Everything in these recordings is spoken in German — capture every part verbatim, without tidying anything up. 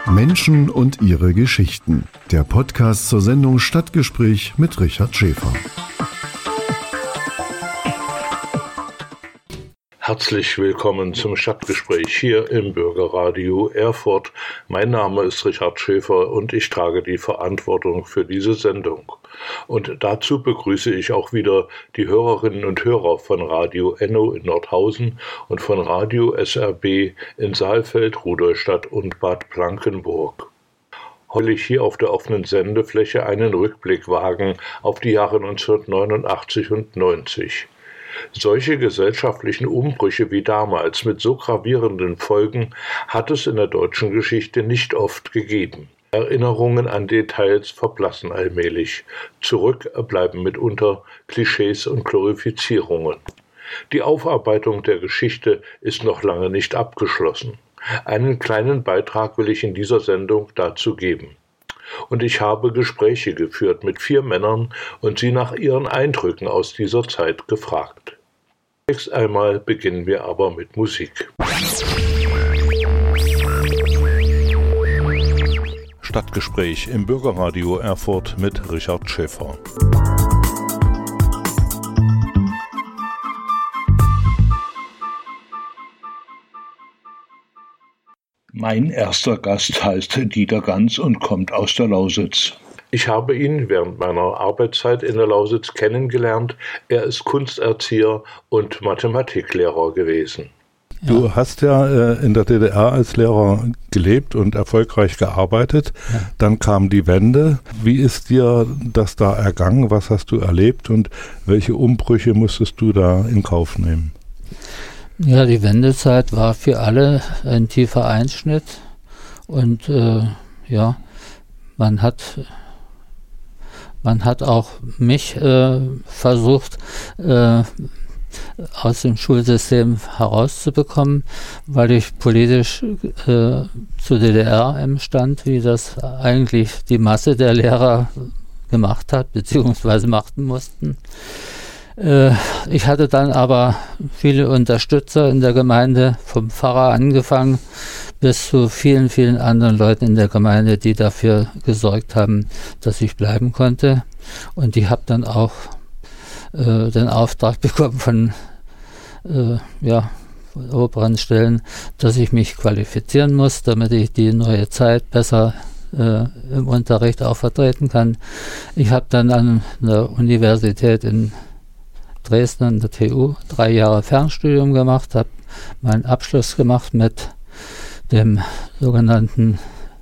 Menschen und ihre Geschichten. Der Podcast zur Sendung Stadtgespräch mit Richard Schäfer. Herzlich willkommen zum Stadtgespräch hier im Bürgerradio Erfurt. Mein Name ist Richard Schäfer und ich trage die Verantwortung für diese Sendung. Und dazu begrüße ich auch wieder die Hörerinnen und Hörer von Radio Enno in Nordhausen und von Radio S R B in Saalfeld, Rudolstadt und Bad Blankenburg. Heute will ich hier auf der offenen Sendefläche einen Rückblick wagen auf die Jahre neunzehnhundertneunundachtzig und neunzig. Solche gesellschaftlichen Umbrüche wie damals mit so gravierenden Folgen hat es in der deutschen Geschichte nicht oft gegeben. Erinnerungen an Details verblassen allmählich. Zurück bleiben mitunter Klischees und Glorifizierungen. Die Aufarbeitung der Geschichte ist noch lange nicht abgeschlossen. Einen kleinen Beitrag will ich in dieser Sendung dazu geben. Und ich habe Gespräche geführt mit vier Männern und sie nach ihren Eindrücken aus dieser Zeit gefragt. Zunächst einmal beginnen wir aber mit Musik. Stadtgespräch im Bürgerradio Erfurt mit Richard Schäfer. Mein erster Gast heißt Dieter Ganz und kommt aus der Lausitz. Ich habe ihn während meiner Arbeitszeit in der Lausitz kennengelernt. Er ist Kunsterzieher und Mathematiklehrer gewesen. Ja. Du hast ja äh, in der D D R als Lehrer gelebt und erfolgreich gearbeitet. Ja. Dann kam die Wende. Wie ist dir das da ergangen? Was hast du erlebt und welche Umbrüche musstest du da in Kauf nehmen? Ja, die Wendezeit war für alle ein tiefer Einschnitt und äh, ja, man hat man hat auch mich äh, versucht, äh, aus dem Schulsystem herauszubekommen, weil ich politisch äh, zur D D R M stand, wie das eigentlich die Masse der Lehrer gemacht hat, beziehungsweise machten mussten. Ich hatte dann aber viele Unterstützer in der Gemeinde, vom Pfarrer angefangen, bis zu vielen, vielen anderen Leuten in der Gemeinde, die dafür gesorgt haben, dass ich bleiben konnte. Und ich habe dann auch äh, den Auftrag bekommen von, äh, ja, von oberen Stellen, dass ich mich qualifizieren muss, damit ich die neue Zeit besser äh, im Unterricht auch vertreten kann. Ich habe dann an der Universität in Dresden an der T U drei Jahre Fernstudium gemacht, habe meinen Abschluss gemacht mit dem sogenannten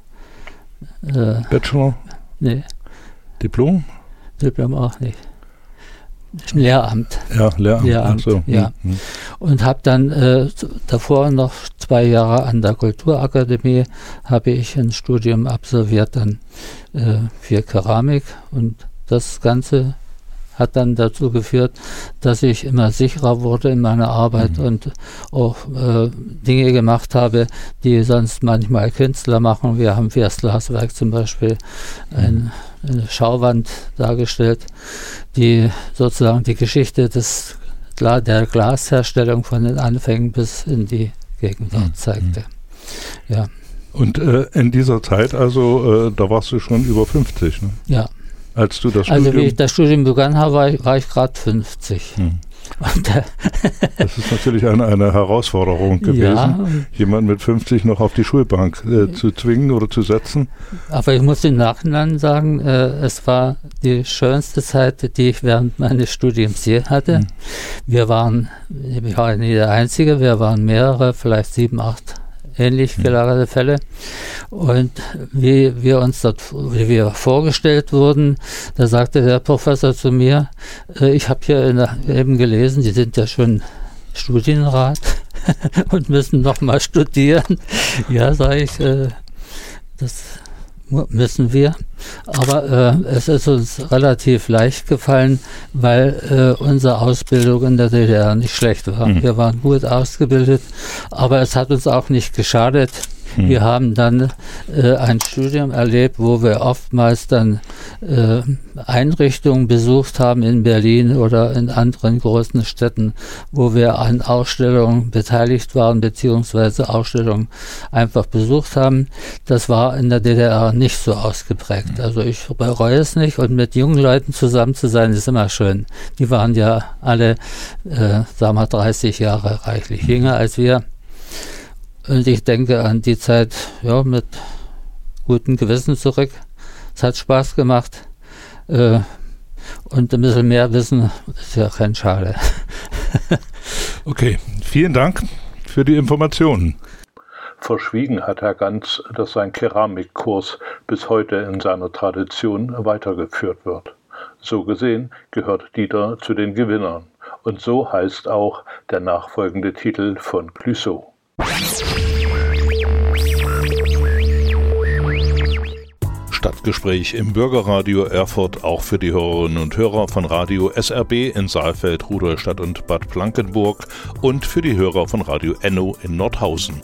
äh, Bachelor? Nee. Diplom? Diplom auch nicht. Lehramt. Ja, Lehramt. Lehramt, so. ja. Mhm. Und habe dann äh, davor noch zwei Jahre an der Kulturakademie habe ich ein Studium absolviert dann äh, für Keramik und das Ganze hat dann dazu geführt, dass ich immer sicherer wurde in meiner Arbeit mhm. und auch äh, Dinge gemacht habe, die sonst manchmal Künstler machen. Wir haben für das Glaswerk zum Beispiel ein, eine Schauwand dargestellt, die sozusagen die Geschichte des, der Glasherstellung von den Anfängen bis in die Gegenwart mhm. zeigte. Ja. Und äh, in dieser Zeit, also äh, da warst du schon über fünfzig, ne? Ja. Als du das also Studium wie ich das Studium begann habe, war ich, war ich gerade fünfzig. Hm. Und, äh, das ist natürlich eine, eine Herausforderung gewesen, ja, jemanden mit fünfzig noch auf die Schulbank äh, zu zwingen oder zu setzen. Aber ich muss im Nachhinein sagen, äh, es war die schönste Zeit, die ich während meines Studiums hier hatte. Hm. Wir waren, ich war nicht der Einzige, wir waren mehrere, vielleicht sieben, acht ähnlich gelagerte Fälle. Und wie wir uns dort, wie wir vorgestellt wurden, da sagte der Professor zu mir, äh, ich habe hier in der, eben gelesen, Sie sind ja schon Studienrat und müssen nochmal studieren. Ja, sage ich, äh, das müssen wir. Aber äh, es ist uns relativ leicht gefallen, weil äh, unsere Ausbildung in der D D R nicht schlecht war. Mhm. Wir waren gut ausgebildet, aber es hat uns auch nicht geschadet. Hm. Wir haben dann äh, ein Studium erlebt, wo wir oftmals dann äh, Einrichtungen besucht haben in Berlin oder in anderen großen Städten, wo wir an Ausstellungen beteiligt waren, beziehungsweise Ausstellungen einfach besucht haben. Das war in der D D R nicht so ausgeprägt. Also ich bereue es nicht, und mit jungen Leuten zusammen zu sein, ist immer schön. Die waren ja alle, äh, sagen wir, dreißig Jahre reichlich jünger als wir. Und ich denke an die Zeit ja, mit gutem Gewissen zurück. Es hat Spaß gemacht. Äh, und ein bisschen mehr Wissen ist ja kein Schade. Okay, vielen Dank für die Informationen. Verschwiegen hat Herr Ganz, dass sein Keramikkurs bis heute in seiner Tradition weitergeführt wird. So gesehen gehört Dieter zu den Gewinnern. Und so heißt auch der nachfolgende Titel von Clouseau. Stadtgespräch im Bürgerradio Erfurt, auch für die Hörerinnen und Hörer von Radio S R B in Saalfeld, Rudolstadt und Bad Blankenburg und für die Hörer von Radio Enno in Nordhausen.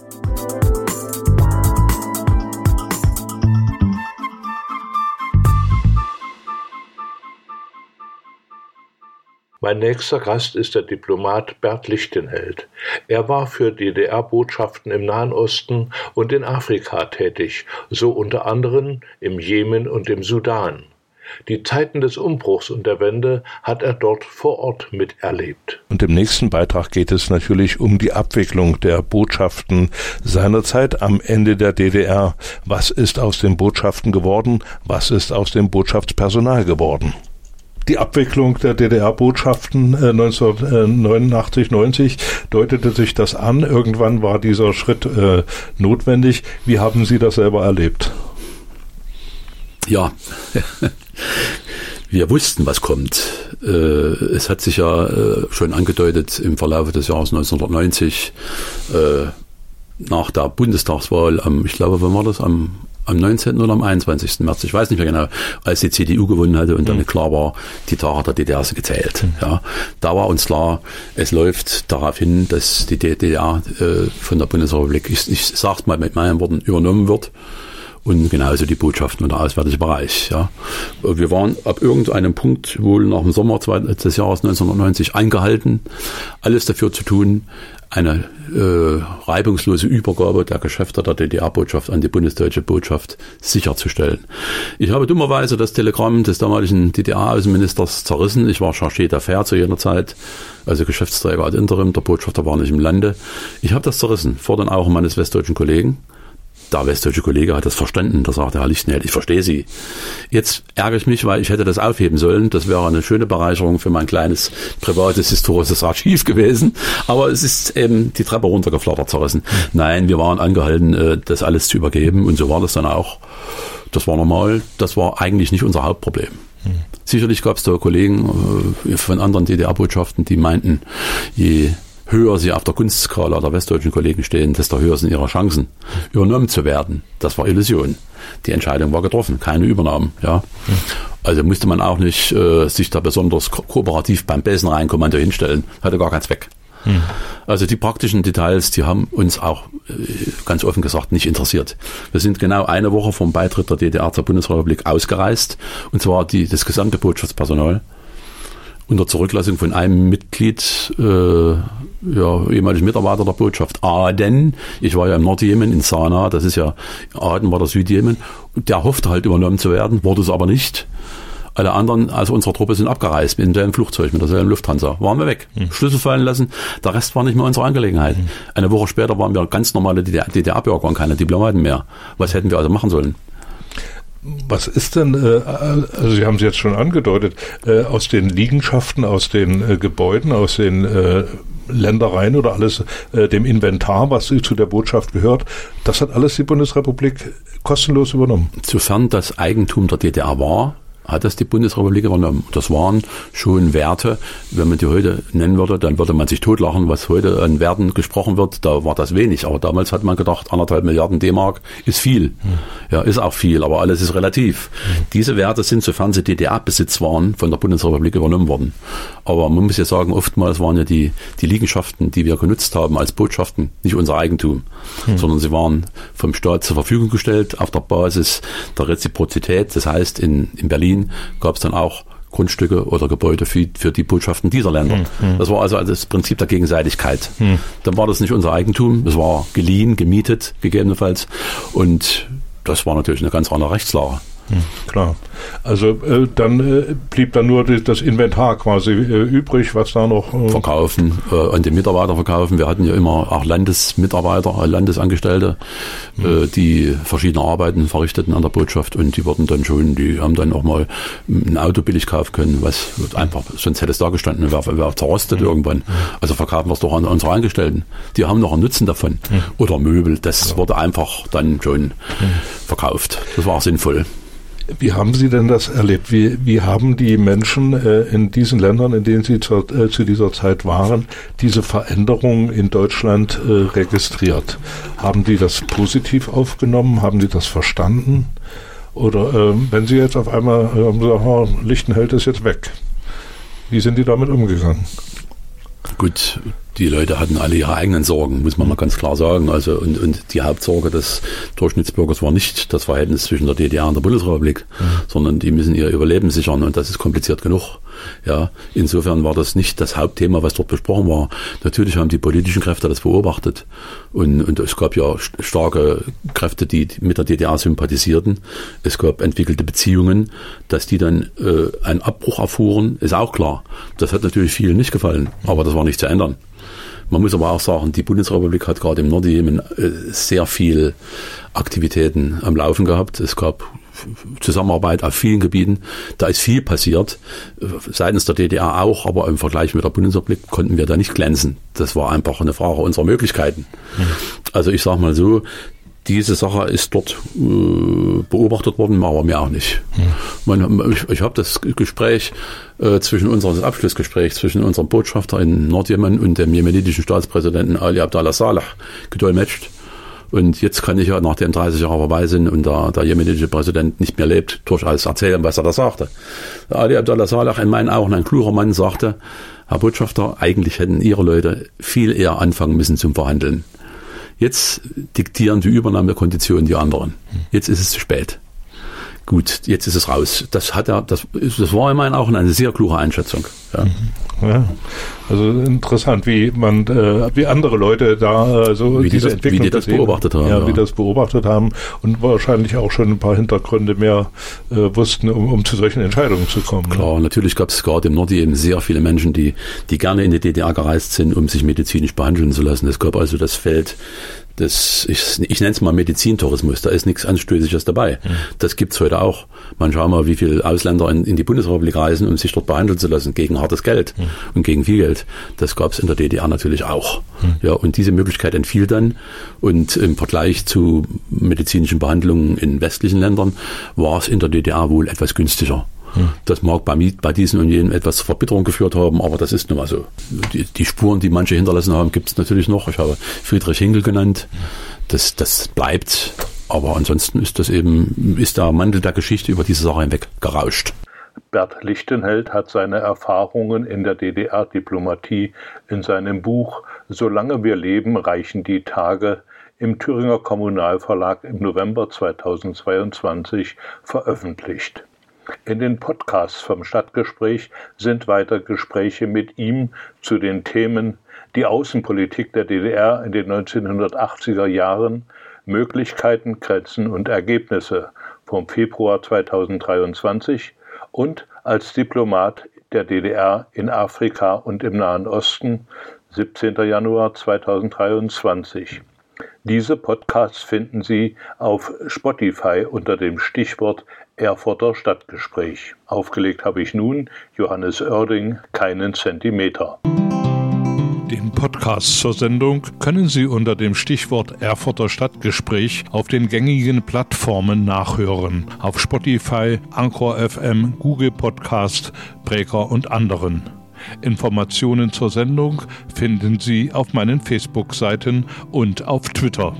Mein nächster Gast ist der Diplomat Bert Lichtenheld. Er war für D D R-Botschaften im Nahen Osten und in Afrika tätig, so unter anderem im Jemen und im Sudan. Die Zeiten des Umbruchs und der Wende hat er dort vor Ort miterlebt. Und im nächsten Beitrag geht es natürlich um die Abwicklung der Botschaften seinerzeit am Ende der D D R. Was ist aus den Botschaften geworden? Was ist aus dem Botschaftspersonal geworden? Die Abwicklung der D D R-Botschaften äh, neunzehnhundertneunundachtzig, neunzig deutete sich das an. Irgendwann war dieser Schritt äh, notwendig. Wie haben Sie das selber erlebt? Ja, wir wussten, was kommt. Äh, es hat sich ja äh, schon angedeutet im Verlauf des Jahres neunzehnhundertneunzig, äh, nach der Bundestagswahl, am, ich glaube, wann war das, am Am neunzehnten oder am einundzwanzigsten März, ich weiß nicht mehr genau, als die C D U gewonnen hatte und mhm. dann klar war, die Tage der D D R sind gezählt. Mhm. Ja, da war uns klar, es läuft darauf hin, dass die D D R äh, von der Bundesrepublik, ich, ich sag's mal mit meinen Worten, übernommen wird. Und genauso die Botschaften und der Auswärtige Bereich. Ja. Wir waren ab irgendeinem Punkt wohl nach dem Sommer des Jahres neunzehnhundertneunzig angehalten, alles dafür zu tun, eine äh, reibungslose Übergabe der Geschäfte der D D R-Botschaft an die bundesdeutsche Botschaft sicherzustellen. Ich habe dummerweise das Telegramm des damaligen D D R-Außenministers zerrissen. Ich war Chargé d'Affaires zu jener Zeit, also Geschäftsträger ad interim, der Botschafter war nicht im Lande. Ich habe das zerrissen, vor den Augen meines westdeutschen Kollegen. Der westdeutsche Kollege hat das verstanden, da sagte Herr Lichtenheld, ich verstehe Sie. Jetzt ärgere ich mich, weil ich hätte das aufheben sollen. Das wäre eine schöne Bereicherung für mein kleines, privates, historisches Archiv gewesen. Aber es ist eben die Treppe runtergeflattert, zerrissen. Nein, wir waren angehalten, das alles zu übergeben. Und so war das dann auch. Das war normal. Das war eigentlich nicht unser Hauptproblem. Hm. Sicherlich gab es da Kollegen von anderen D D R-Botschaften, die meinten, je höher sie auf der Kunstskala der westdeutschen Kollegen stehen, desto höher sind ihre Chancen, übernommen zu werden. Das war Illusion. Die Entscheidung war getroffen, keine Übernahmen. Ja. Also musste man auch nicht äh, sich da besonders ko- kooperativ beim Besenreinkommando hinstellen. Hatte gar keinen Zweck. Hm. Also die praktischen Details, die haben uns auch äh, ganz offen gesagt nicht interessiert. Wir sind genau eine Woche vom Beitritt der D D R zur Bundesrepublik ausgereist, und zwar die, das gesamte Botschaftspersonal. Unter Zurücklassung von einem Mitglied, äh, ja, ehemaligen Mitarbeiter der Botschaft Aden. Ich war ja im Nordjemen, in Sanaa, das ist ja, Aden war der Südjemen. Und der hoffte halt übernommen zu werden, wurde es aber nicht. Alle anderen aus unserer Truppe sind abgereist mit demselben Flugzeug, mit derselben Lufthansa. Waren wir weg. Mhm. Schlüssel fallen lassen. Der Rest war nicht mehr unsere Angelegenheit. Mhm. Eine Woche später waren wir ganz normale D D R-Bürger und keine Diplomaten mehr. Was hätten wir also machen sollen? Was ist denn, äh, also Sie haben es jetzt schon angedeutet, äh, aus den Liegenschaften, aus den äh, Gebäuden, aus den äh, Ländereien oder alles, äh, dem Inventar, was zu der Botschaft gehört, das hat alles die Bundesrepublik kostenlos übernommen? Sofern das Eigentum der D D R war, hat das die Bundesrepublik übernommen. Das waren schon Werte, wenn man die heute nennen würde, dann würde man sich totlachen, was heute an Werten gesprochen wird, da war das wenig. Aber damals hat man gedacht, anderthalb Milliarden D-Mark ist viel. Hm. Ja, ist auch viel, aber alles ist relativ. Hm. Diese Werte sind, sofern sie D D R-Besitz waren, von der Bundesrepublik übernommen worden. Aber man muss ja sagen, oftmals waren ja die, die Liegenschaften, die wir genutzt haben als Botschaften, nicht unser Eigentum, hm. sondern sie waren vom Staat zur Verfügung gestellt auf der Basis der Reziprozität. Das heißt, in, in Berlin gab es dann auch Grundstücke oder Gebäude für, für die Botschaften dieser Länder. Hm, das war also das Prinzip der Gegenseitigkeit. Hm. Dann war das nicht unser Eigentum, es war geliehen, gemietet gegebenenfalls, und das war natürlich eine ganz andere Rechtslage. Hm, klar. Also äh, dann äh, blieb dann nur die, das Inventar quasi äh, übrig, was da noch... Äh verkaufen, äh, an die Mitarbeiter verkaufen. Wir hatten ja immer auch Landesmitarbeiter, äh, Landesangestellte, hm. äh, die verschiedene Arbeiten verrichteten an der Botschaft, und die wurden dann schon, die haben dann auch mal ein Auto billig kaufen können, was einfach, sonst hätte es da gestanden und wäre wär zerrostet hm. irgendwann. Also verkaufen wir es doch an unsere Angestellten. Die haben noch einen Nutzen davon. Hm. Oder Möbel, das ja. wurde einfach dann schon hm. verkauft. Das war sinnvoll. Wie haben Sie denn das erlebt? Wie, wie haben die Menschen äh, in diesen Ländern, in denen Sie zu, äh, zu dieser Zeit waren, diese Veränderungen in Deutschland äh, registriert? Haben die das positiv aufgenommen? Haben die das verstanden? Oder äh, wenn Sie jetzt auf einmal äh, sagen, oh, Lichtenheld ist jetzt weg, wie sind die damit umgegangen? Gut, die Leute hatten alle ihre eigenen Sorgen, muss man mal ganz klar sagen. Also und, und die Hauptsorge des Durchschnittsbürgers war nicht das Verhältnis zwischen der D D R und der Bundesrepublik, mhm. sondern die müssen ihr Überleben sichern, und das ist kompliziert genug. Ja, insofern war das nicht das Hauptthema, was dort besprochen war. Natürlich haben die politischen Kräfte das beobachtet, und, und es gab ja starke Kräfte, die mit der D D R sympathisierten. Es gab entwickelte Beziehungen, dass die dann äh, einen Abbruch erfuhren, ist auch klar. Das hat natürlich vielen nicht gefallen, aber das war nicht zu ändern. Man muss aber auch sagen, die Bundesrepublik hat gerade im Nordjemen äh, sehr viel Aktivitäten am Laufen gehabt. Es gab Zusammenarbeit auf vielen Gebieten. Da ist viel passiert, seitens der D D R auch, aber im Vergleich mit der Bundesrepublik konnten wir da nicht glänzen. Das war einfach eine Frage unserer Möglichkeiten. Mhm. Also ich sage mal so, diese Sache ist dort äh, beobachtet worden, aber mehr auch nicht. Mhm. Man, ich ich habe das Gespräch äh, zwischen unserem das Abschlussgespräch zwischen unserem Botschafter in Nordjemen und dem jemenitischen Staatspräsidenten Ali Abdallah Saleh gedolmetscht. Und jetzt kann ich ja, nachdem dreißig Jahre vorbei sind und der, der jemenitische Präsident nicht mehr lebt, durchaus erzählen, was er da sagte. Ali Abdallah Saleh, in meinen Augen ein kluger Mann, sagte: Herr Botschafter, eigentlich hätten Ihre Leute viel eher anfangen müssen zum Verhandeln. Jetzt diktieren die Übernahmekonditionen die anderen. Jetzt ist es zu spät. Gut, jetzt ist es raus. Das hat er, das, das war in meinen Augen eine sehr kluge Einschätzung. Ja. Ja, also interessant, wie man, äh, wie andere Leute da äh, so wie diese das, Entwicklung wie die das gesehen, beobachtet haben. Ja, ja, wie das beobachtet haben und wahrscheinlich auch schon ein paar Hintergründe mehr äh, wussten, um, um zu solchen Entscheidungen zu kommen. Klar, ne? Natürlich gab es gerade im Nordjemen sehr viele Menschen, die, die gerne in die D D R gereist sind, um sich medizinisch behandeln zu lassen. Es gab also das Feld Das, ich, ich nenne es mal Medizintourismus, da ist nichts Anstößiges dabei. Mhm. Das gibt's heute auch. Man schaut mal, wie viele Ausländer in, in die Bundesrepublik reisen, um sich dort behandeln zu lassen, gegen hartes Geld mhm. und gegen viel Geld. Das gab's in der D D R natürlich auch. Mhm. Ja, und diese Möglichkeit entfiel dann. Und im Vergleich zu medizinischen Behandlungen in westlichen Ländern war es in der D D R wohl etwas günstiger. Das mag bei, bei diesen und jenen etwas zur Verbitterung geführt haben, aber das ist nun mal so. Die, die Spuren, die manche hinterlassen haben, gibt es natürlich noch. Ich habe Friedrich Hinkel genannt. Das, das bleibt. Aber ansonsten ist das eben, ist der Mantel der Geschichte über diese Sache hinweg gerauscht. Bert Lichtenheld hat seine Erfahrungen in der D D R-Diplomatie in seinem Buch »Solange wir leben, reichen die Tage« im Thüringer Kommunalverlag im November zweitausendzweiundzwanzig veröffentlicht. In den Podcasts vom Stadtgespräch sind weiter Gespräche mit ihm zu den Themen die Außenpolitik der D D R in den neunzehnhundertachtziger Jahren, Möglichkeiten, Grenzen und Ergebnisse vom Februar zweitausenddreiundzwanzig und als Diplomat der D D R in Afrika und im Nahen Osten, siebzehnter Januar zweitausenddreiundzwanzig. Diese Podcasts finden Sie auf Spotify unter dem Stichwort Erfurter Stadtgespräch. Aufgelegt habe ich nun Johannes Oerding, keinen Zentimeter. Den Podcast zur Sendung können Sie unter dem Stichwort Erfurter Stadtgespräch auf den gängigen Plattformen nachhören. Auf Spotify, Anchor F M, Google Podcast, Breaker und anderen. Informationen zur Sendung finden Sie auf meinen Facebook-Seiten und auf Twitter.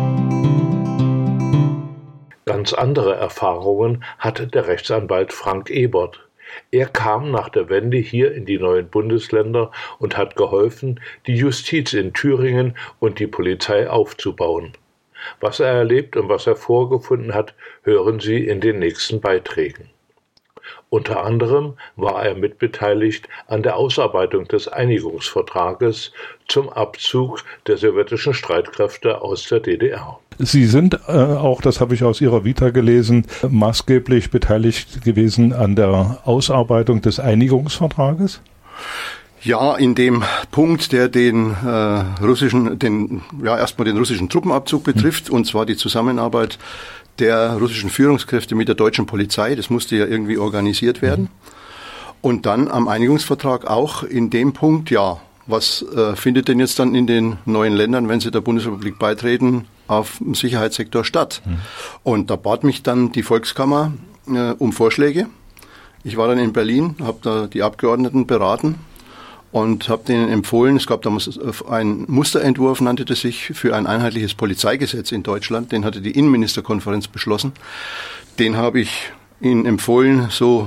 Ganz andere Erfahrungen hatte der Rechtsanwalt Frank Ebert. Er kam nach der Wende hier in die neuen Bundesländer und hat geholfen, die Justiz in Thüringen und die Polizei aufzubauen. Was er erlebt und was er vorgefunden hat, hören Sie in den nächsten Beiträgen. Unter anderem war er mitbeteiligt an der Ausarbeitung des Einigungsvertrages zum Abzug der sowjetischen Streitkräfte aus der D D R. Sie sind äh, auch, das habe ich aus Ihrer Vita gelesen, maßgeblich beteiligt gewesen an der Ausarbeitung des Einigungsvertrages? Ja, in dem Punkt, der den äh, russischen, den ja erstmal den russischen Truppenabzug betrifft, mhm. und zwar die Zusammenarbeit der russischen Führungskräfte mit der deutschen Polizei. Das musste ja irgendwie organisiert werden. Mhm. Und dann am Einigungsvertrag auch in dem Punkt, ja, was äh, findet denn jetzt dann in den neuen Ländern, wenn sie der Bundesrepublik beitreten, auf dem Sicherheitssektor statt? Mhm. Und da bat mich dann die Volkskammer äh, um Vorschläge. Ich war dann in Berlin, habe da die Abgeordneten beraten und habe denen empfohlen, es gab damals einen Musterentwurf, nannte das sich, für ein einheitliches Polizeigesetz in Deutschland. Den hatte die Innenministerkonferenz beschlossen. Den habe ich ihnen empfohlen, so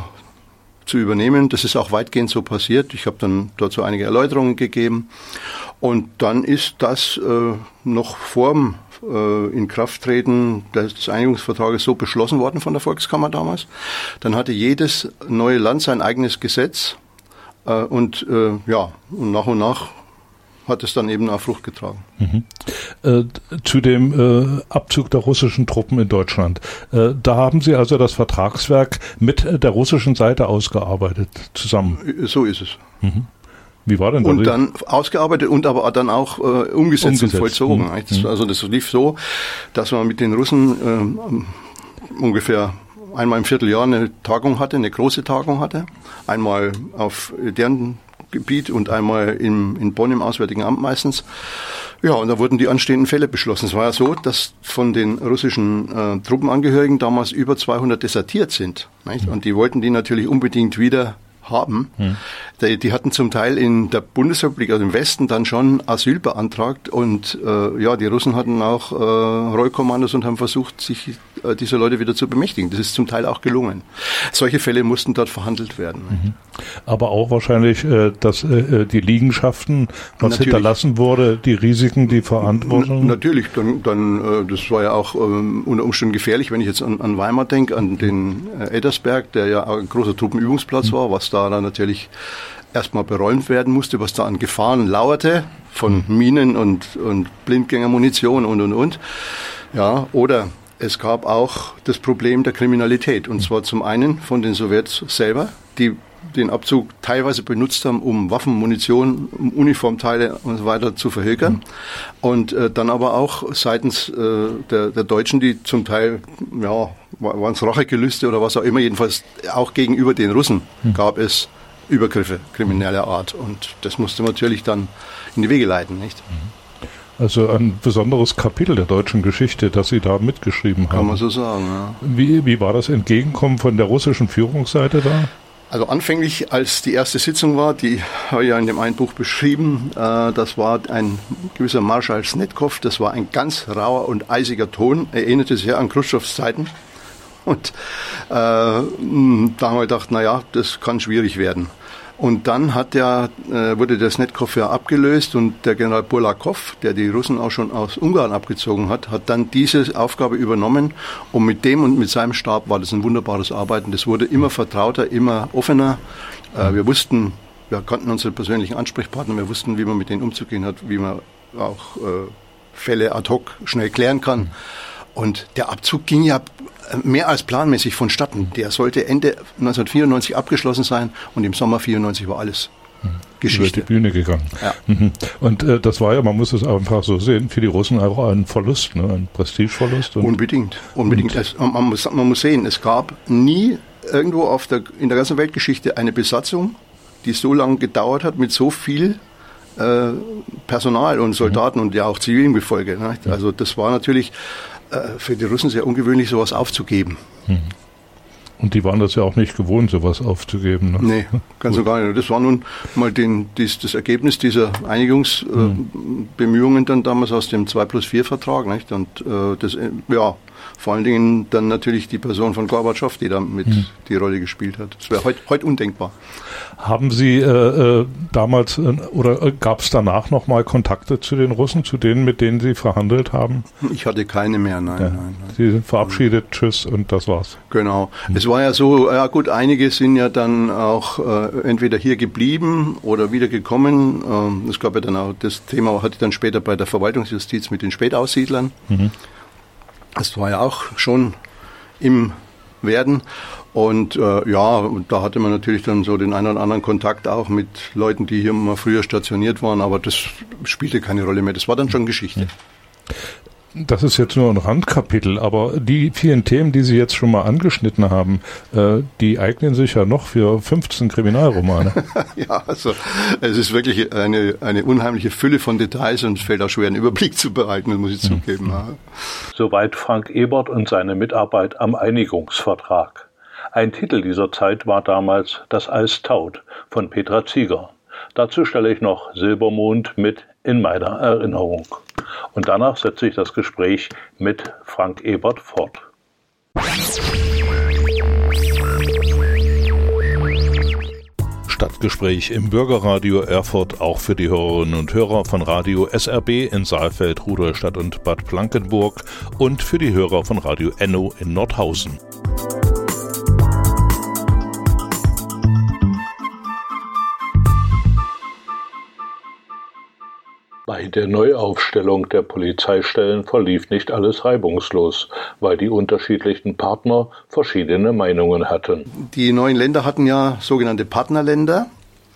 zu übernehmen. Das ist auch weitgehend so passiert. Ich habe dann dort so einige Erläuterungen gegeben. Und dann ist das äh, noch vor dem äh, Inkrafttreten des Einigungsvertrages so beschlossen worden von der Volkskammer damals. Dann hatte jedes neue Land sein eigenes Gesetz. Und äh, ja, und nach und nach hat es dann eben auch Frucht getragen. Mhm. Äh, zu dem äh, Abzug der russischen Truppen in Deutschland. Äh, da haben Sie also das Vertragswerk mit der russischen Seite ausgearbeitet, zusammen? So ist es. Mhm. Wie war denn das? Und dann ausgearbeitet und aber dann auch äh, umgesetzt, umgesetzt und vollzogen. Mhm. Das, also das lief so, dass man mit den Russen äh, ungefähr einmal im Vierteljahr eine Tagung hatte, eine große Tagung hatte. Einmal auf deren Gebiet und einmal in, in Bonn im Auswärtigen Amt meistens. Ja, und da wurden die anstehenden Fälle beschlossen. Es war ja so, dass von den russischen äh, Truppenangehörigen damals über zweihundert desertiert sind. Nicht? Und die wollten die natürlich unbedingt wieder haben. Hm. Die, die hatten zum Teil in der Bundesrepublik, also im Westen, dann schon Asyl beantragt und äh, ja, die Russen hatten auch äh, Rollkommandos und haben versucht, sich äh, diese Leute wieder zu bemächtigen. Das ist zum Teil auch gelungen. Solche Fälle mussten dort verhandelt werden. Mhm. Aber auch wahrscheinlich, äh, dass äh, die Liegenschaften, was natürlich hinterlassen wurde, die Risiken, die Verantwortung? N- natürlich, dann, dann äh, das war ja auch ähm, unter Umständen gefährlich, wenn ich jetzt an, an Weimar denke, an den äh, Eddersberg, der ja auch ein großer Truppenübungsplatz mhm. war, was da dann natürlich erstmal beräumt werden musste, was da an Gefahren lauerte, von Minen und, und Blindgängermunition und, und, und. Ja, oder es gab auch das Problem der Kriminalität. Und zwar zum einen von den Sowjets selber, die den Abzug teilweise benutzt haben, um Waffen, Munition, um Uniformteile und so weiter zu verhökern. Und äh, dann aber auch seitens äh, der, der Deutschen, die zum Teil, ja, waren es Rachegelüste oder was auch immer, jedenfalls auch gegenüber den Russen gab es Übergriffe krimineller Art. Und das musste man natürlich dann in die Wege leiten, nicht? Also ein besonderes Kapitel der deutschen Geschichte, das Sie da mitgeschrieben haben. Kann man so sagen, ja. Wie, wie war das Entgegenkommen von der russischen Führungsseite da? Also anfänglich, als die erste Sitzung war, die habe ich ja in dem einen Buch beschrieben, äh, das war ein gewisser Marschall Snetkov, das war ein ganz rauer und eisiger Ton, erinnerte sehr an Chruschtschows Zeiten. Und äh, da haben wir gedacht, naja, das kann schwierig werden. Und dann hat der, äh, wurde der Snetkov ja abgelöst und der General Burlakow, der die Russen auch schon aus Ungarn abgezogen hat, hat dann diese Aufgabe übernommen. Und mit dem und mit seinem Stab war das ein wunderbares Arbeiten. Das wurde immer vertrauter, immer offener. Äh, wir wussten, wir kannten unsere persönlichen Ansprechpartner, wir wussten, wie man mit denen umzugehen hat, wie man auch äh, Fälle ad hoc schnell klären kann. Und der Abzug ging ja mehr als planmäßig vonstatten. Der sollte Ende neunzehnhundertvierundneunzig abgeschlossen sein und im Sommer vierundneunzig war alles mhm. Geschichte. Über die Bühne gegangen. Ja. Mhm. Und äh, das war ja, man muss es einfach so sehen, für die Russen auch ein Verlust, ne? Ein Prestigeverlust. Und unbedingt, unbedingt. Es, man, muss, man muss sehen, es gab nie irgendwo auf der, in der ganzen Weltgeschichte eine Besatzung, die so lange gedauert hat mit so viel äh, Personal und Soldaten mhm. und ja auch zivilen Gefolge. Ne? Also das war natürlich für die Russen sehr ungewöhnlich, sowas aufzugeben. Und die waren das ja auch nicht gewohnt, sowas aufzugeben. Ne? Nee, ganz und gar nicht. Das war nun mal den, dies, das Ergebnis dieser Einigungsbemühungen hm. äh, dann damals aus dem zwei plus vier Vertrag. Nicht? Und äh, das, ja, vor allen Dingen dann natürlich die Person von Gorbatschow, die da mit mhm. die Rolle gespielt hat. Das wäre heute heut undenkbar. Haben Sie äh, äh, damals äh, oder äh, gab es danach nochmal Kontakte zu den Russen, zu denen, mit denen Sie verhandelt haben? Ich hatte keine mehr, nein. Ja. nein, nein. Sie sind verabschiedet, mhm. tschüss und das war's. Genau. Mhm. Es war ja so, ja gut, einige sind ja dann auch äh, entweder hier geblieben oder wieder gekommen. Ähm, es gab ja dann auch, das Thema hatte ich dann später bei der Verwaltungsjustiz mit den Spätaussiedlern. Mhm. Das war ja auch schon im Werden. Und äh, ja, da hatte man natürlich dann so den einen oder anderen Kontakt auch mit Leuten, die hier mal früher stationiert waren, aber das spielte keine Rolle mehr. Das war dann schon Geschichte. Das ist jetzt nur ein Randkapitel, aber die vielen Themen, die Sie jetzt schon mal angeschnitten haben, äh, die eignen sich ja noch für fünfzehn Kriminalromane. Ja, also es ist wirklich eine, eine unheimliche Fülle von Details und es fällt auch schwer, einen Überblick zu behalten, das muss ich zugeben. Ja. Soweit Frank Ebert und seine Mitarbeit am Einigungsvertrag. Ein Titel dieser Zeit war damals Das Eis taut von Petra Zieger. Dazu stelle ich noch Silbermond mit In meiner Erinnerung. Und danach setze ich das Gespräch mit Frank Ebert fort. Stadtgespräch im Bürgerradio Erfurt, auch für die Hörerinnen und Hörer von Radio S R B in Saalfeld, Rudolstadt und Bad Blankenburg und für die Hörer von Radio Enno in Nordhausen. Bei der Neuaufstellung der Polizeistellen verlief nicht alles reibungslos, weil die unterschiedlichen Partner verschiedene Meinungen hatten. Die neuen Länder hatten ja sogenannte Partnerländer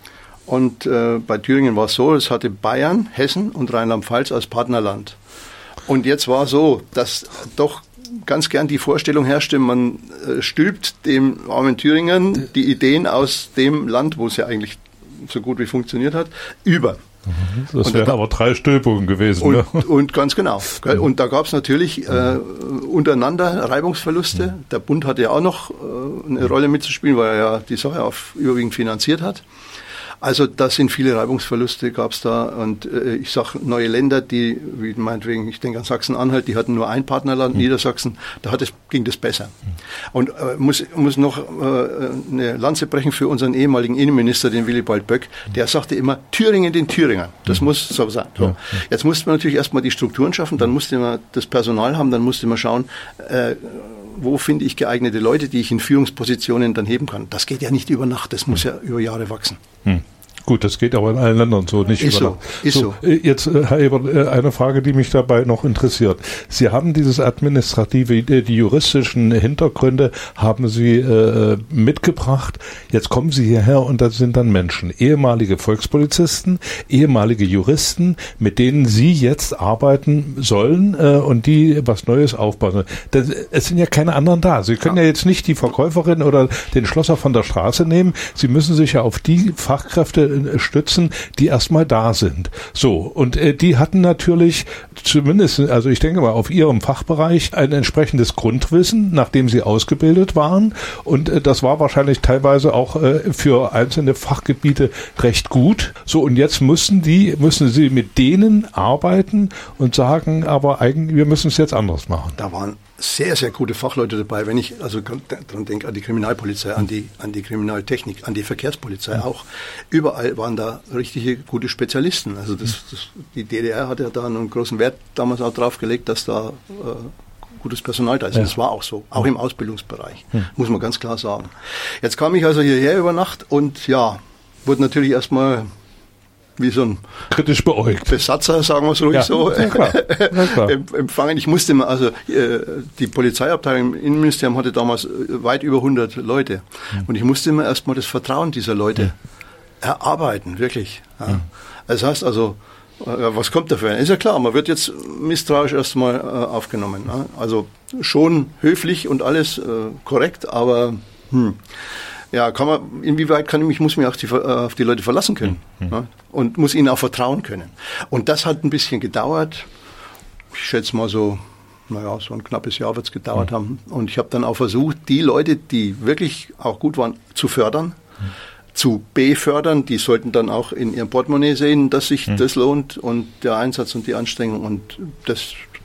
und äh, bei Thüringen war es so, es hatte Bayern, Hessen und Rheinland-Pfalz als Partnerland. Und jetzt war so, dass doch ganz gern die Vorstellung herrschte, man äh, stülpt dem armen Thüringen die Ideen aus dem Land, wo es ja eigentlich so gut wie funktioniert hat, über. Das wären aber drei Stülpungen gewesen. Und, ne? und ganz genau. Und da gab es natürlich äh, untereinander Reibungsverluste. Der Bund hatte ja auch noch äh, eine Rolle mitzuspielen, weil er ja die Sache auf überwiegend finanziert hat. Also das sind viele Reibungsverluste, gab es da. Und äh, ich sage, neue Länder, die, wie meinetwegen, ich denke an Sachsen-Anhalt, die hatten nur ein Partnerland, mhm. Niedersachsen, da hat es, ging das besser. Mhm. Und äh, muss, muss noch äh, eine Lanze brechen für unseren ehemaligen Innenminister, den Willibald Böck, der sagte immer, Thüringen den Thüringern. Das mhm. muss so sein. So. Ja. Jetzt musste man natürlich erstmal die Strukturen schaffen, dann musste man das Personal haben, dann musste man schauen, äh, wo finde ich geeignete Leute, die ich in Führungspositionen dann heben kann. Das geht ja nicht über Nacht, das muss ja über Jahre wachsen. Hm. Gut, das geht aber in allen Ländern so nicht. Ist so, ist so. so. Jetzt, Herr Ebert, eine Frage, die mich dabei noch interessiert. Sie haben dieses administrative, die juristischen Hintergründe haben Sie äh, mitgebracht. Jetzt kommen Sie hierher und das sind dann Menschen, ehemalige Volkspolizisten, ehemalige Juristen, mit denen Sie jetzt arbeiten sollen äh, und die was Neues aufbauen. Das, es sind ja keine anderen da. Sie können ja. ja jetzt nicht die Verkäuferin oder den Schlosser von der Straße nehmen. Sie müssen sich ja auf die Fachkräfte stützen, die erstmal da sind. So, und äh, die hatten natürlich zumindest, also ich denke mal, auf ihrem Fachbereich ein entsprechendes Grundwissen, nachdem sie ausgebildet waren, und äh, das war wahrscheinlich teilweise auch äh, für einzelne Fachgebiete recht gut. So, und jetzt müssen die, müssen sie mit denen arbeiten und sagen, aber eigentlich, wir müssen es jetzt anders machen. Da waren sehr, sehr gute Fachleute dabei. Wenn ich also daran denke, an die Kriminalpolizei, an die, an die Kriminaltechnik, an die Verkehrspolizei auch. Überall waren da richtige gute Spezialisten. Also das, das, die D D R hat ja da einen großen Wert damals auch drauf gelegt, dass da äh, gutes Personal da ist. Ja. Das war auch so, auch im Ausbildungsbereich, hm. muss man ganz klar sagen. Jetzt kam ich also hierher über Nacht und ja, wurde natürlich erstmal wie so ein kritisch beäugt Besatzer, sagen wir es ruhig ja, so, ja, klar. Ja, klar. empfangen. Ich musste mal, also die Polizeiabteilung im Innenministerium hatte damals weit über hundert Leute mhm. und ich musste immer erstmal das Vertrauen dieser Leute mhm. erarbeiten, wirklich. Ja. Mhm. Das heißt also, was kommt dafür? Ist ja klar, man wird jetzt misstrauisch erstmal aufgenommen. Also schon höflich und alles korrekt, aber hm. Ja, kann man, inwieweit kann ich mich, muss mich auf die, auf die Leute verlassen können, mhm. ne? Und muss ihnen auch vertrauen können. Und das hat ein bisschen gedauert. Ich schätze mal so, naja, so ein knappes Jahr wird es gedauert mhm. haben. Und ich habe dann auch versucht, die Leute, die wirklich auch gut waren, zu fördern, mhm. zu befördern. Die sollten dann auch in ihrem Portemonnaie sehen, dass sich mhm. das lohnt und der Einsatz und die Anstrengung. Und das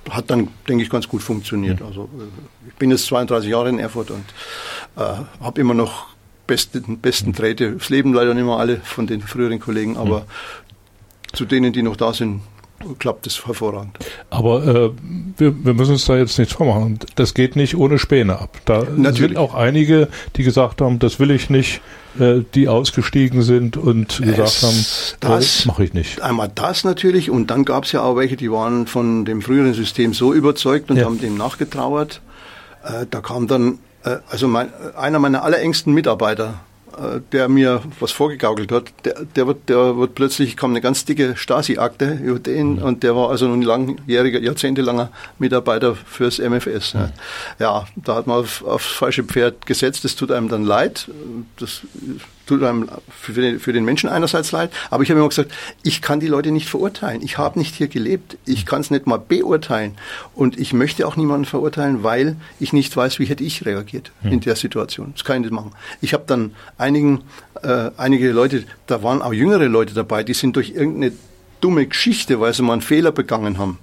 hat dann, denke ich, ganz gut funktioniert. Mhm. Also ich bin jetzt zweiunddreißig Jahre in Erfurt und äh, habe immer noch besten, besten Drähte. Das leben leider nicht mehr alle von den früheren Kollegen, aber mhm. zu denen, die noch da sind, klappt es hervorragend. Aber äh, wir, wir müssen uns da jetzt nichts vormachen. Das geht nicht ohne Späne ab. Da Natürlich. sind auch einige, die gesagt haben, das will ich nicht, äh, die ausgestiegen sind und gesagt es, haben, das mache ich nicht. Einmal das natürlich und dann gab es ja auch welche, die waren von dem früheren System so überzeugt und ja. haben dem nachgetrauert. Äh, da kam dann, äh, also mein, einer meiner allerengsten Mitarbeiter, der mir was vorgegaukelt hat, der, der, wird, der wird plötzlich, kam eine ganz dicke Stasi-Akte über den, mhm. und der war also ein langjähriger, jahrzehntelanger Mitarbeiter fürs M F S. Mhm. Ja. ja, da hat man auf, aufs falsche Pferd gesetzt, das tut einem dann leid, das tut einem für den, für den Menschen einerseits leid, aber ich habe immer gesagt, ich kann die Leute nicht verurteilen, ich habe nicht hier gelebt, ich kann es nicht mal beurteilen und ich möchte auch niemanden verurteilen, weil ich nicht weiß, wie hätte ich reagiert mhm. in der Situation. Das kann ich nicht machen. Ich habe dann einigen, äh, einige Leute, da waren auch jüngere Leute dabei, die sind durch irgendeine dumme Geschichte, weil sie mal einen Fehler begangen haben,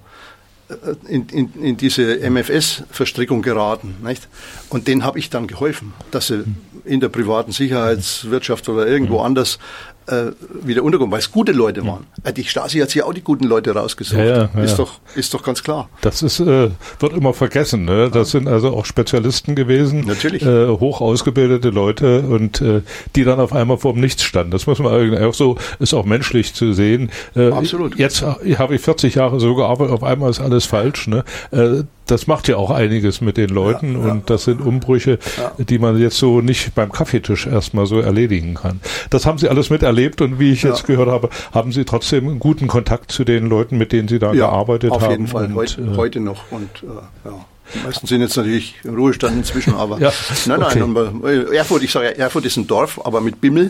In, in, in diese M F S-Verstrickung geraten. Nicht? Und denen habe ich dann geholfen, dass sie in der privaten Sicherheitswirtschaft oder irgendwo anders äh, wieder unterkommen, weil es gute Leute waren. Äh, die Stasi hat sich auch die guten Leute rausgesucht. Ja, ja, ja. Ist doch, ist doch ganz klar. Das ist, äh, wird immer vergessen. Ne? Das ja. sind also auch Spezialisten gewesen. Natürlich. Äh, hoch ausgebildete Leute und äh, die dann auf einmal vor dem Nichts standen. Das muss man irgendwie auch so, ist auch menschlich zu sehen. Äh, Absolut. Jetzt habe ich vierzig Jahre so gearbeitet, auf einmal ist alles falsch. Ne? Äh, das macht ja auch einiges mit den Leuten ja, ja. und das sind Umbrüche, ja. die man jetzt so nicht beim Kaffeetisch erstmal so erledigen kann. Das haben Sie alles miterlebt und wie ich ja. jetzt gehört habe, haben Sie trotzdem einen guten Kontakt zu den Leuten, mit denen Sie da ja, gearbeitet auf haben. Auf jeden Fall, und, heute, äh, heute noch und äh, ja. Die meisten sind jetzt natürlich im Ruhestand inzwischen, aber ja, nein, nein, okay. Erfurt, ich sage, Erfurt ist ein Dorf, aber mit Bimmel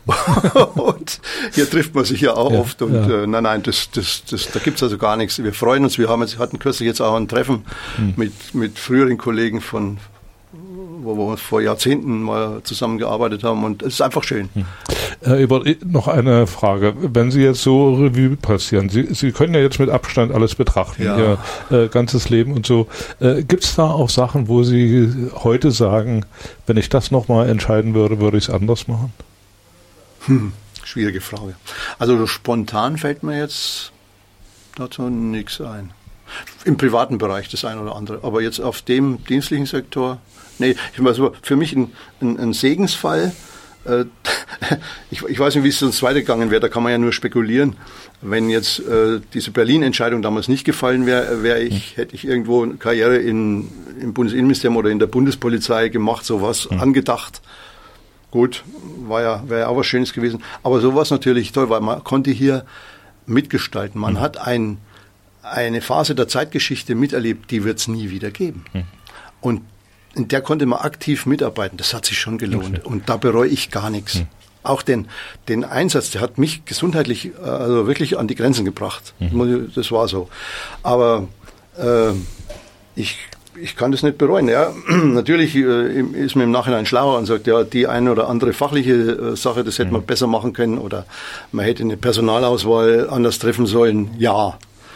und hier trifft man sich ja auch ja, oft und ja. äh, nein, nein, das, das, das, da gibt's also gar nichts. Wir freuen uns, wir haben jetzt, hatten kürzlich jetzt auch ein Treffen hm. mit, mit früheren Kollegen von, wo wir vor Jahrzehnten mal zusammengearbeitet haben und es ist einfach schön. Hm. Äh, über, noch eine Frage. Wenn Sie jetzt so Revue passieren, Sie, Sie können ja jetzt mit Abstand alles betrachten, ja. Ihr äh, ganzes Leben und so. Äh, gibt es da auch Sachen, wo Sie heute sagen, wenn ich das nochmal entscheiden würde, würde ich es anders machen? Hm, schwierige Frage. Also spontan fällt mir jetzt dazu nichts ein. Im privaten Bereich das eine oder andere. Aber jetzt auf dem dienstlichen Sektor, nee, ich weiß, für mich ein, ein, ein Segensfall. Ich, ich weiß nicht, wie es sonst weitergegangen wäre, da kann man ja nur spekulieren. Wenn jetzt äh, diese Berlin-Entscheidung damals nicht gefallen wäre, wäre ich, hätte ich irgendwo eine Karriere in, im Bundesinnenministerium oder in der Bundespolizei gemacht, sowas mhm. angedacht. Gut, war ja, wäre ja auch was Schönes gewesen. Aber sowas natürlich toll, weil man konnte hier mitgestalten. Man mhm. hat ein, eine Phase der Zeitgeschichte miterlebt, die wird es nie wieder geben. Mhm. Und in der konnte man aktiv mitarbeiten. Das hat sich schon gelohnt. Okay. Und da bereue ich gar nichts. Hm. Auch den, den Einsatz, der hat mich gesundheitlich also wirklich an die Grenzen gebracht. Hm. Das war so. Aber äh, ich, ich kann das nicht bereuen. Ja, natürlich äh, ist man im Nachhinein schlauer und sagt, ja, die eine oder andere fachliche äh, Sache, das hätte hm. man besser machen können oder man hätte eine Personalauswahl anders treffen sollen. Ja.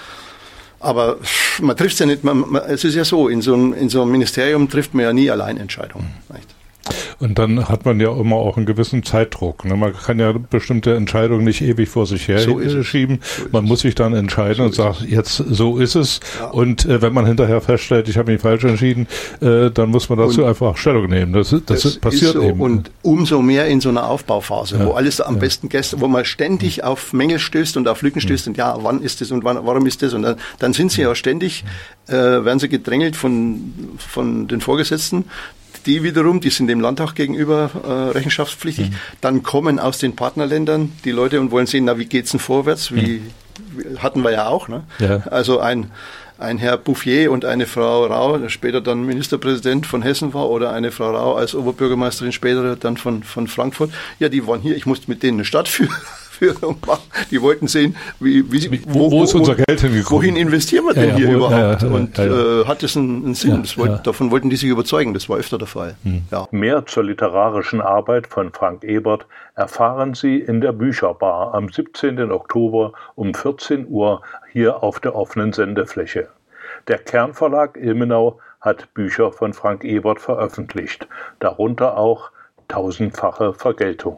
Aber man trifft es ja nicht, man, man, es ist ja so, in so, einem, in so einem Ministerium trifft man ja nie allein Entscheidungen. Nicht? Und dann hat man ja immer auch einen gewissen Zeitdruck. Ne? Man kann ja bestimmte Entscheidungen nicht ewig vor sich her so schieben. So man muss sich dann entscheiden so und sagt, jetzt so ist es. Ja. Und äh, wenn man hinterher feststellt, ich habe mich falsch entschieden, äh, dann muss man dazu und einfach Stellung nehmen. Das, das, das passiert so. eben. Und umso mehr in so einer Aufbauphase, ja. wo alles am ja. besten gestern, wo man ständig ja. auf Mängel stößt und auf Lücken stößt ja. und ja, wann ist das und wann, warum ist das? Und dann, dann sind sie ja ständig, äh, werden sie gedrängelt von, von den Vorgesetzten. Die wiederum, die sind dem Landtag gegenüber äh, rechenschaftspflichtig. Mhm. Dann kommen aus den Partnerländern die Leute und wollen sehen, na, wie geht's denn vorwärts? Wie, mhm. hatten wir ja auch, ne? Ja. Also ein, ein Herr Bouffier und eine Frau Rau, der später dann Ministerpräsident von Hessen war, oder eine Frau Rau als Oberbürgermeisterin später dann von, von Frankfurt. Ja, die waren hier, ich musste mit denen eine Stadtführung machen. Die wollten sehen, wie, wie, wo, wo, wo ist unser Geld hingekommen? Wohin investieren wir denn ja, ja, hier wo, überhaupt? Ja, ja, und ja, ja. Äh, hat es einen, einen Sinn? Ja, das wollt, ja. Davon wollten die sich überzeugen. Das war öfter der Fall. Hm. Ja. Mehr zur literarischen Arbeit von Frank Ebert erfahren Sie in der Bücherbar am siebzehnten Oktober um vierzehn Uhr hier auf der offenen Sendefläche. Der Kernverlag Ilmenau hat Bücher von Frank Ewert veröffentlicht, darunter auch Tausendfache Vergeltung.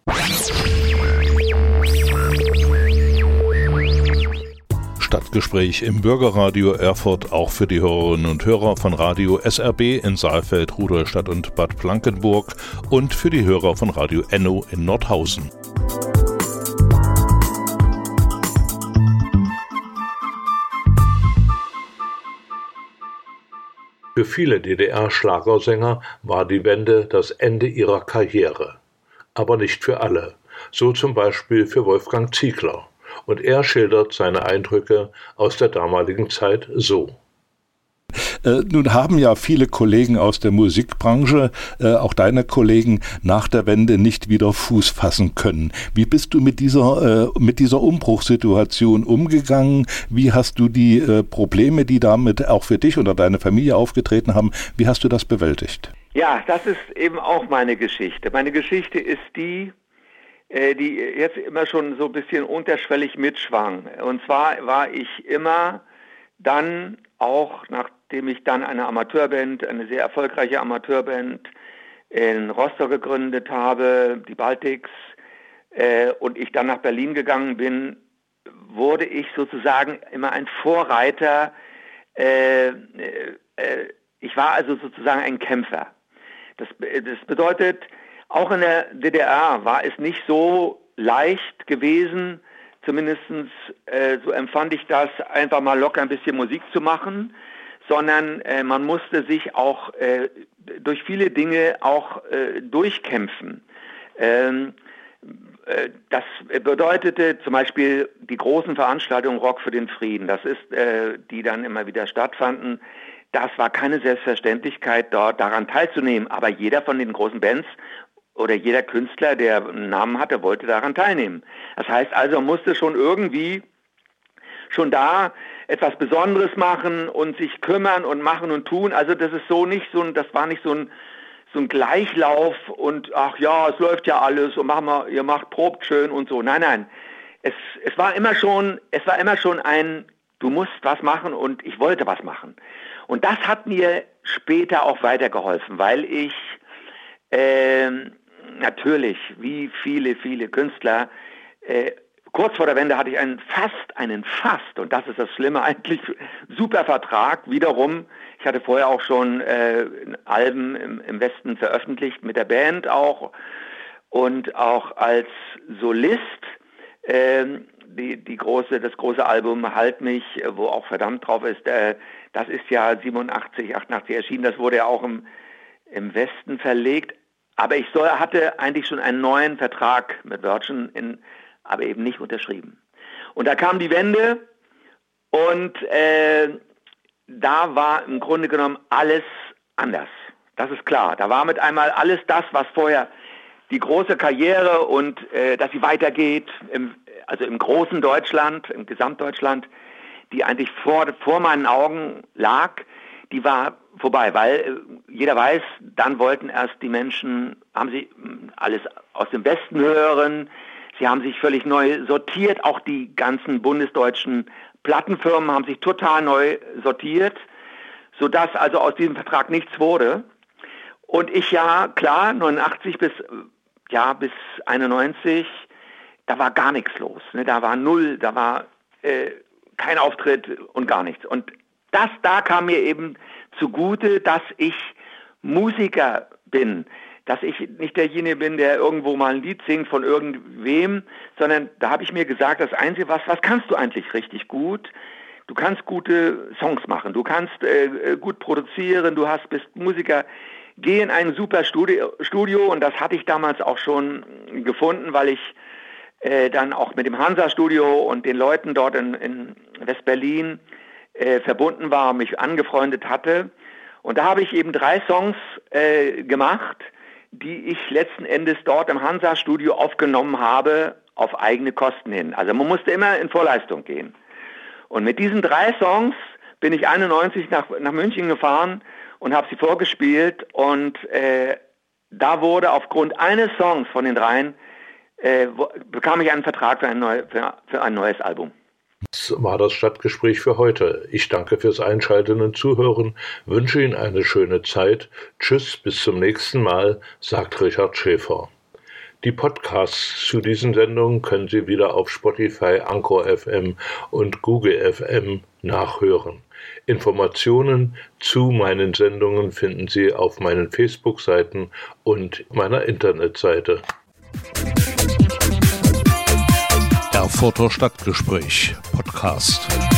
Stadtgespräch im Bürgerradio Erfurt, auch für die Hörerinnen und Hörer von Radio S R B in Saalfeld, Rudolstadt und Bad Blankenburg und für die Hörer von Radio Enno in Nordhausen. Für viele D D R-Schlagersänger war die Wende das Ende ihrer Karriere. Aber nicht für alle. So zum Beispiel für Wolfgang Ziegler. Und er schildert seine Eindrücke aus der damaligen Zeit so. Äh, nun haben ja viele Kollegen aus der Musikbranche, äh, auch deine Kollegen, nach der Wende nicht wieder Fuß fassen können. Wie bist du mit dieser, äh, mit dieser Umbruchssituation umgegangen? Wie hast du die äh, Probleme, die damit auch für dich oder deine Familie aufgetreten haben, wie hast du das bewältigt? Ja, das ist eben auch meine Geschichte. Meine Geschichte ist die, die jetzt immer schon so ein bisschen unterschwellig mitschwang. Und zwar war ich immer dann, auch nachdem ich dann eine Amateurband, eine sehr erfolgreiche Amateurband in Rostock gegründet habe, die Baltics, äh, und ich dann nach Berlin gegangen bin, wurde ich sozusagen immer ein Vorreiter. Äh, äh, ich war also sozusagen ein Kämpfer. Das, das bedeutet, auch in der D D R war es nicht so leicht gewesen, zumindest äh, so empfand ich das, einfach mal locker ein bisschen Musik zu machen, sondern äh, man musste sich auch äh, durch viele Dinge auch äh, durchkämpfen. Ähm, äh, das bedeutete zum Beispiel die großen Veranstaltungen Rock für den Frieden, das ist, äh, die dann immer wieder stattfanden. Das war keine Selbstverständlichkeit, dort daran teilzunehmen, aber jeder von den großen Bands oder jeder Künstler, der einen Namen hatte, wollte daran teilnehmen. Das heißt also, man musste schon irgendwie schon da etwas Besonderes machen und sich kümmern und machen und tun. Also das ist so nicht so ein, das war nicht so ein, so ein Gleichlauf und ach ja, es läuft ja alles und machen wir, ihr macht, probt schön und so. Nein, nein. Es, es war immer schon, es war immer schon ein, du musst was machen und ich wollte was machen. Und das hat mir später auch weitergeholfen, weil ich ähm, natürlich, wie viele, viele Künstler, äh, kurz vor der Wende hatte ich einen fast, einen fast, und das ist das Schlimme eigentlich, super Vertrag, wiederum, ich hatte vorher auch schon äh, Alben im, im Westen veröffentlicht, mit der Band auch, und auch als Solist, äh, die, die große, das große Album Halt mich, wo auch verdammt drauf ist, äh, das ist ja siebenundachtzig, achtundachtzig erschienen, das wurde ja auch im, im Westen verlegt. Aber ich soll, hatte eigentlich schon einen neuen Vertrag mit Virgin, in, aber eben nicht unterschrieben. Und da kam die Wende und äh, da war im Grunde genommen alles anders. Das ist klar. Da war mit einmal alles das, was vorher die große Karriere und äh, dass sie weitergeht, im, also im großen Deutschland, im Gesamtdeutschland, die eigentlich vor, vor meinen Augen lag, die war vorbei, weil äh, jeder weiß, dann wollten erst die Menschen, haben sie alles aus dem Westen hören, sie haben sich völlig neu sortiert, auch die ganzen bundesdeutschen Plattenfirmen haben sich total neu sortiert, sodass also aus diesem Vertrag nichts wurde. Und ich ja, klar, neunundachtzig bis, ja, bis einundneunzig, da war gar nichts los, ne? Da war null, da war äh, kein Auftritt und gar nichts. Und das da kam mir eben zugute, dass ich Musiker bin, dass ich nicht derjenige bin, der irgendwo mal ein Lied singt von irgendwem, sondern da habe ich mir gesagt, das Einzige, was, was kannst du eigentlich richtig gut? Du kannst gute Songs machen, du kannst äh, gut produzieren, du hast, bist Musiker. Geh in ein super Studio, Studio und das hatte ich damals auch schon gefunden, weil ich äh, dann auch mit dem Hansa-Studio und den Leuten dort in, in West-Berlin äh, verbunden war, mich angefreundet hatte. Und da habe ich eben drei Songs äh, gemacht, die ich letzten Endes dort im Hansa-Studio aufgenommen habe, auf eigene Kosten hin. Also man musste immer in Vorleistung gehen. Und mit diesen drei Songs bin ich einundneunzig nach, nach München gefahren und habe sie vorgespielt. Und äh, da wurde aufgrund eines Songs von den dreien, äh, wo, bekam ich einen Vertrag für ein, neu, für, für ein neues Album. Das war das Stadtgespräch für heute. Ich danke fürs Einschalten und Zuhören, wünsche Ihnen eine schöne Zeit. Tschüss, bis zum nächsten Mal, sagt Richard Schäfer. Die Podcasts zu diesen Sendungen können Sie wieder auf Spotify, Anchor F M und Google F M nachhören. Informationen zu meinen Sendungen finden Sie auf meinen Facebook-Seiten und meiner Internetseite. Erfurter Stadtgespräch Podcast.